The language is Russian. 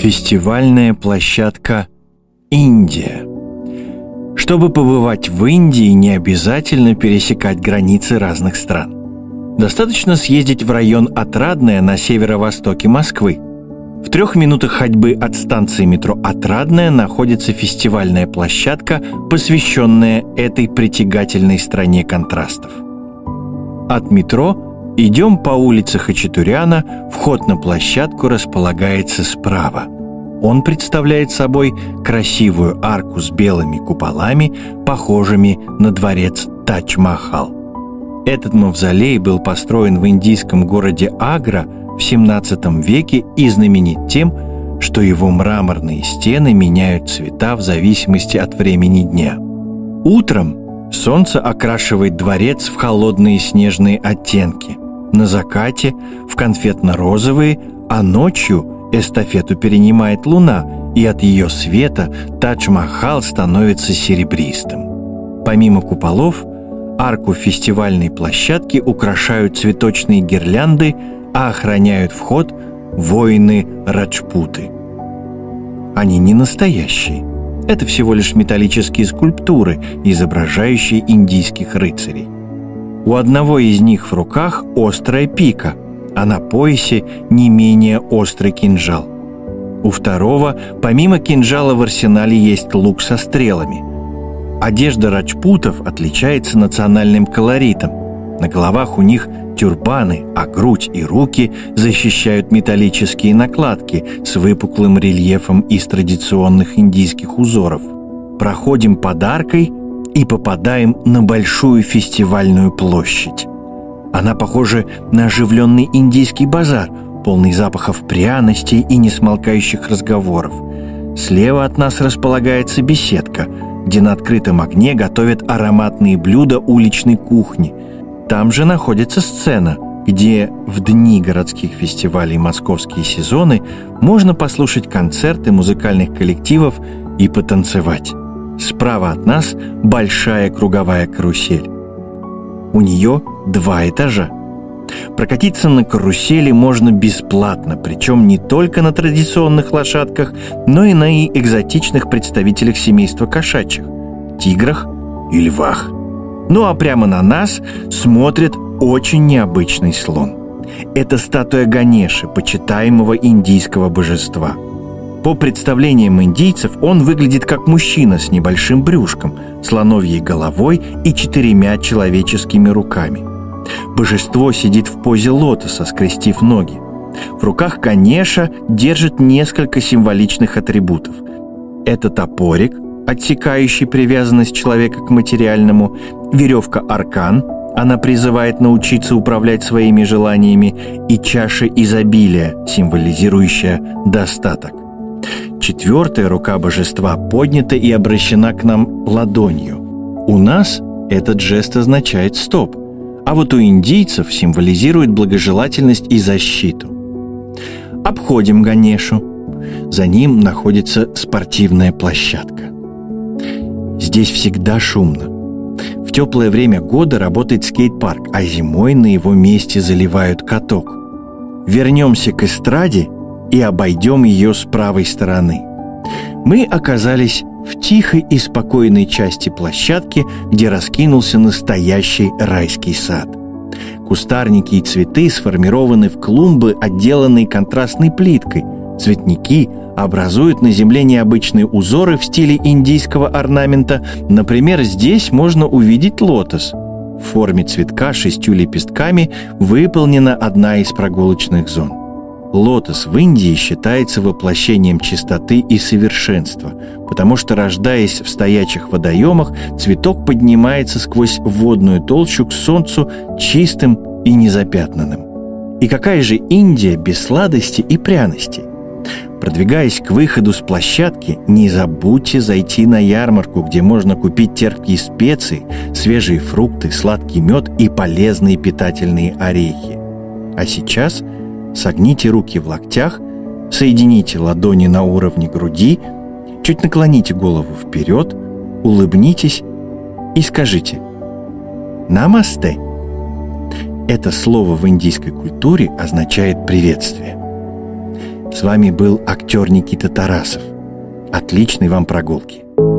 Фестивальная площадка Индия. Чтобы побывать в Индии, не обязательно пересекать границы разных стран. Достаточно съездить в район Отрадное на северо-востоке Москвы. В 3 минутах ходьбы от станции метро Отрадное находится фестивальная площадка, посвященная этой притягательной стране контрастов. От метро идем по улице Хачатуряна, вход на площадку располагается справа. Он представляет собой красивую арку с белыми куполами, похожими на дворец Тадж-Махал. Этот мавзолей был построен в индийском городе Агра в XVII веке и знаменит тем, что его мраморные стены меняют цвета в зависимости от времени дня. Утром солнце окрашивает дворец в холодные снежные оттенки, на закате – в конфетно-розовые, а ночью эстафету перенимает луна, и от ее света Тадж-Махал становится серебристым. Помимо куполов, арку фестивальной площадки украшают цветочные гирлянды, а охраняют вход воины-раджпуты. Они не настоящие. Это всего лишь металлические скульптуры, изображающие индийских рыцарей. У одного из них в руках острая пика, а на поясе не менее острый кинжал. У второго, помимо кинжала, в арсенале есть лук со стрелами. Одежда раджпутов отличается национальным колоритом. На головах у них тюрбаны, а грудь и руки защищают металлические накладки с выпуклым рельефом из традиционных индийских узоров. Проходим под аркой и попадаем на большую фестивальную площадь. Она похожа на оживленный индийский базар, полный запахов пряностей и несмолкающих разговоров. Слева от нас располагается беседка, где на открытом огне готовят ароматные блюда уличной кухни. Там же находится сцена, где в дни городских фестивалей московские сезоны можно послушать концерты музыкальных коллективов и потанцевать. Справа от нас большая круговая карусель. У нее 2 этажа. Прокатиться на карусели можно бесплатно, причем не только на традиционных лошадках, но и на экзотичных представителях семейства кошачьих – тиграх и львах. Ну а прямо на нас смотрит очень необычный слон. Это статуя Ганеши, почитаемого индийского божества. По представлениям индийцев он выглядит как мужчина с небольшим брюшком, слоновьей головой и 4 человеческими руками. Божество сидит в позе лотоса, скрестив ноги. В руках Ганеша держит несколько символичных атрибутов. Это топорик, отсекающий привязанность человека к материальному, веревка аркан, она призывает научиться управлять своими желаниями, и чаша изобилия, символизирующая достаток. 4-я рука божества поднята и обращена к нам ладонью. У нас этот жест означает «стоп», а вот у индийцев символизирует благожелательность и защиту. Обходим Ганешу. За ним находится спортивная площадка. Здесь всегда шумно. В теплое время года работает скейт-парк, а зимой на его месте заливают каток. Вернемся к эстраде и обойдем ее с правой стороны. Мы оказались в тихой и спокойной части площадки, где раскинулся настоящий райский сад. Кустарники и цветы сформированы в клумбы, отделанные контрастной плиткой. Цветники образуют на земле необычные узоры в стиле индийского орнамента. Например, здесь можно увидеть лотос. В форме цветка с 6 лепестками выполнена одна из прогулочных зон. Лотос в Индии считается воплощением чистоты и совершенства, потому что, рождаясь в стоячих водоемах, цветок поднимается сквозь водную толщу к солнцу чистым и незапятнанным. И какая же Индия без сладости и пряностей? Продвигаясь к выходу с площадки, не забудьте зайти на ярмарку, где можно купить терпкие специи, свежие фрукты, сладкий мед и полезные питательные орехи. А сейчас согните руки в локтях, соедините ладони на уровне груди, чуть наклоните голову вперед, улыбнитесь и скажите «Намасте». Это слово в индийской культуре означает «приветствие». С вами был актер Никита Тарасов. Отличной вам прогулки!